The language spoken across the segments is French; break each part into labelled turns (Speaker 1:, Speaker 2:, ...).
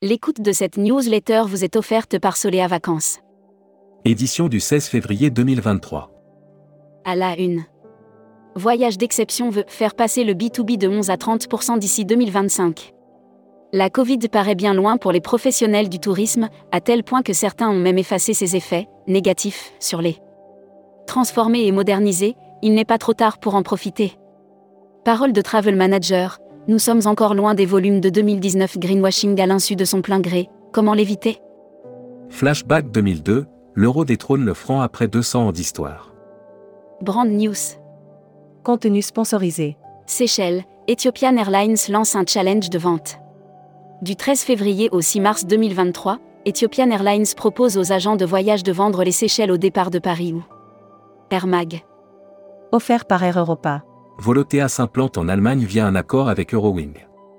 Speaker 1: L'écoute de cette newsletter vous est offerte par Solea Vacances.
Speaker 2: Édition du 16 février 2023.
Speaker 1: À la une. Voyage d'exception veut faire passer le B2B de 11 à 30% d'ici 2025. La Covid paraît bien loin pour les professionnels du tourisme, à tel point que certains ont même effacé ses effets négatifs sur les transformer et moderniser. Il n'est pas trop tard pour en profiter. Parole de Travel Manager, nous sommes encore loin des volumes de 2019 greenwashing à l'insu de son plein gré, comment l'éviter ?
Speaker 2: Flashback 2002, l'euro détrône le franc après 200 ans d'histoire.
Speaker 1: Brand News.
Speaker 3: Contenu sponsorisé.
Speaker 1: Seychelles, Ethiopian Airlines lance un challenge de vente. Du 13 février au 6 mars 2023, Ethiopian Airlines propose aux agents de voyage de vendre les Seychelles au départ de Paris ou Air Mag.
Speaker 3: Offert par Air Europa.
Speaker 2: Volotea s'implante en Allemagne via un accord avec Eurowing.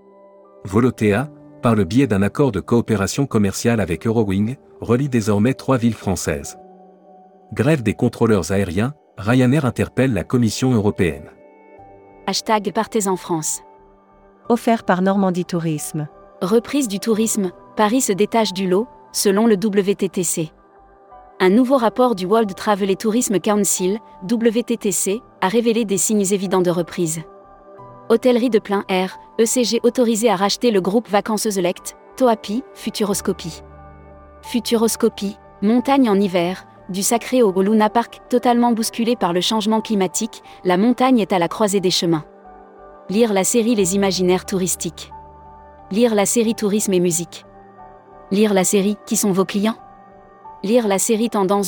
Speaker 2: Volotea, par le biais d'un accord de coopération commerciale avec Eurowing, relie désormais 3 villes françaises. Grève des contrôleurs aériens, Ryanair interpelle la Commission européenne.
Speaker 1: Hashtag Partez en France.
Speaker 3: Offert par Normandie Tourisme.
Speaker 1: Reprise du tourisme, Paris se détache du lot, selon le WTTC. Un nouveau rapport du World Travel and Tourism Council, WTTC, a révélé des signes évidents de reprise. Hôtellerie de plein air, ECG autorisé à racheter le groupe Vacances Select, Toapi, Futuroscopie. Futuroscopie, montagne en hiver, du Sacré au Luna Park, totalement bousculé par le changement climatique, la montagne est à la croisée des chemins. Lire la série Les Imaginaires touristiques. Lire la série Tourisme et musique. Lire la série Qui sont vos clients ? Lire la série Tendance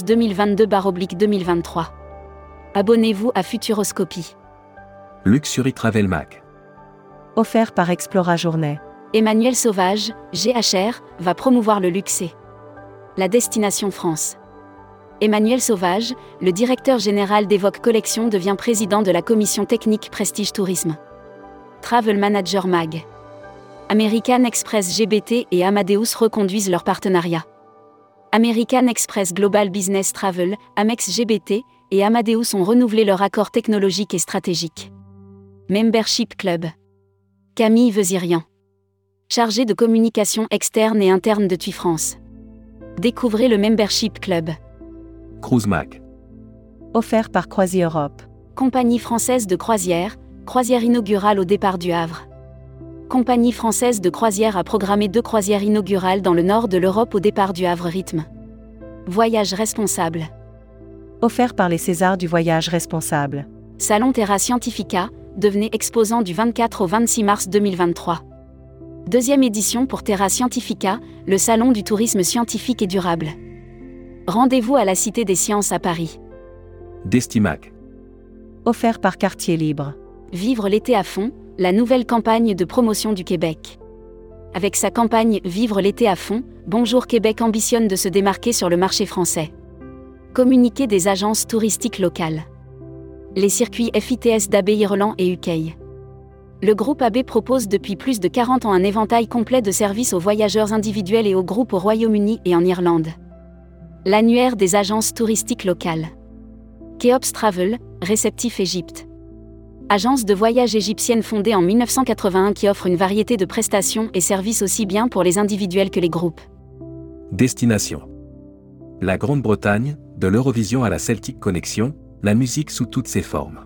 Speaker 1: 2022/2023. Abonnez-vous à Futuroscopie.
Speaker 2: Luxury Travel Mag.
Speaker 3: Offert par Explora Journée.
Speaker 1: Emmanuel Sauvage, GHR, va promouvoir le luxe et la destination France. Emmanuel Sauvage, le directeur général d'Evoque Collection, devient président de la commission technique Prestige Tourisme. Travel Manager Mag. American Express GBT et Amadeus reconduisent leur partenariat. American Express Global Business Travel, Amex GBT, et Amadeus ont renouvelé leur accord technologique et stratégique. Membership Club. Camille Vezirian. Chargée de communication externe et interne de TUI France. Découvrez le Membership Club.
Speaker 2: Cruise Mag.
Speaker 3: Offert par Croisi Europe.
Speaker 1: Compagnie française de croisière, croisière inaugurale au départ du Havre. Compagnie française de croisière a programmé 2 croisières inaugurales dans le nord de l'Europe au départ du Havre Rythme. Voyage responsable.
Speaker 3: Offert par les Césars du voyage responsable.
Speaker 1: Salon Terra Scientifica, devenez exposant du 24 au 26 mars 2023. Deuxième édition pour Terra Scientifica, le salon du tourisme scientifique et durable. Rendez-vous à la Cité des Sciences à Paris.
Speaker 2: Destimag.
Speaker 3: Offert par Quartier Libre.
Speaker 1: Vivre l'été à fond, la nouvelle campagne de promotion du Québec. Avec sa campagne Vivre l'été à fond, Bonjour Québec ambitionne de se démarquer sur le marché français. Communiqué des agences touristiques locales. Les circuits FITS d'AB Irland et UK. Le groupe AB propose depuis plus de 40 ans un éventail complet de services aux voyageurs individuels et aux groupes au Royaume-Uni et en Irlande. L'annuaire des agences touristiques locales. Keops Travel, réceptif Égypte. Agence de voyage égyptienne fondée en 1981 qui offre une variété de prestations et services aussi bien pour les individuels que les groupes.
Speaker 2: Destination. La Grande-Bretagne, de l'Eurovision à la Celtic Connection, la musique sous toutes ses formes.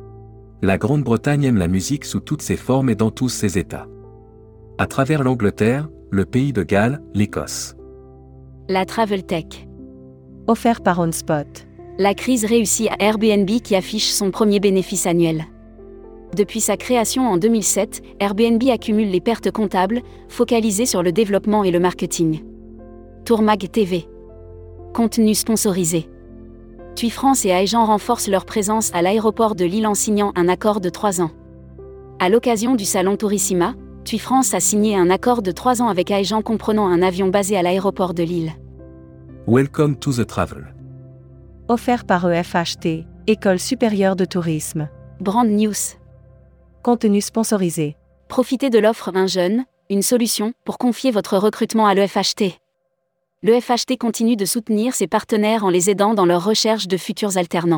Speaker 2: La Grande-Bretagne aime la musique sous toutes ses formes et dans tous ses états. À travers l'Angleterre, le pays de Galles, l'Écosse.
Speaker 1: La Travel Tech.
Speaker 3: Offert par OnSpot.
Speaker 1: La crise réussie à Airbnb qui affiche son premier bénéfice annuel. Depuis sa création en 2007, Airbnb accumule les pertes comptables, focalisées sur le développement et le marketing. Tourmag TV. Contenu sponsorisé. TUI France et Aegean renforcent leur présence à l'aéroport de Lille en signant un accord de 3 ans. À l'occasion du salon Tourissima, TUI France a signé un accord de 3 ans avec Aegean comprenant un avion basé à l'aéroport de Lille.
Speaker 2: Welcome to the travel.
Speaker 3: Offert par EFHT, École supérieure de tourisme.
Speaker 1: Brand News.
Speaker 3: Contenu sponsorisé.
Speaker 1: Profitez de l'offre Un jeune, une solution pour confier votre recrutement à l'EFHT. L'EFHT continue de soutenir ses partenaires en les aidant dans leur recherche de futurs alternants.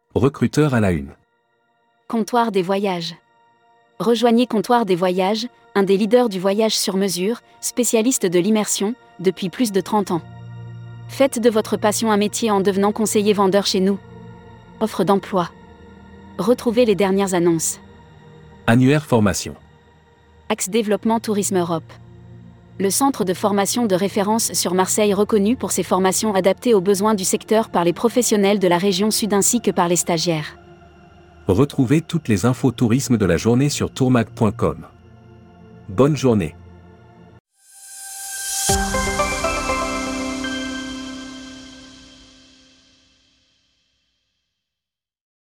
Speaker 2: Recruteur à la une.
Speaker 1: Comptoir des voyages. Rejoignez Comptoir des voyages, un des leaders du voyage sur mesure, spécialiste de l'immersion, depuis plus de 30 ans. Faites de votre passion un métier en devenant conseiller vendeur chez nous. Offre d'emploi. Retrouvez les dernières annonces.
Speaker 2: Annuaire formation.
Speaker 1: Axe Développement Tourisme Europe. Le centre de formation de référence sur Marseille reconnu pour ses formations adaptées aux besoins du secteur par les professionnels de la région sud ainsi que par les stagiaires.
Speaker 2: Retrouvez toutes les infos tourisme de la journée sur tourmag.com. Bonne journée.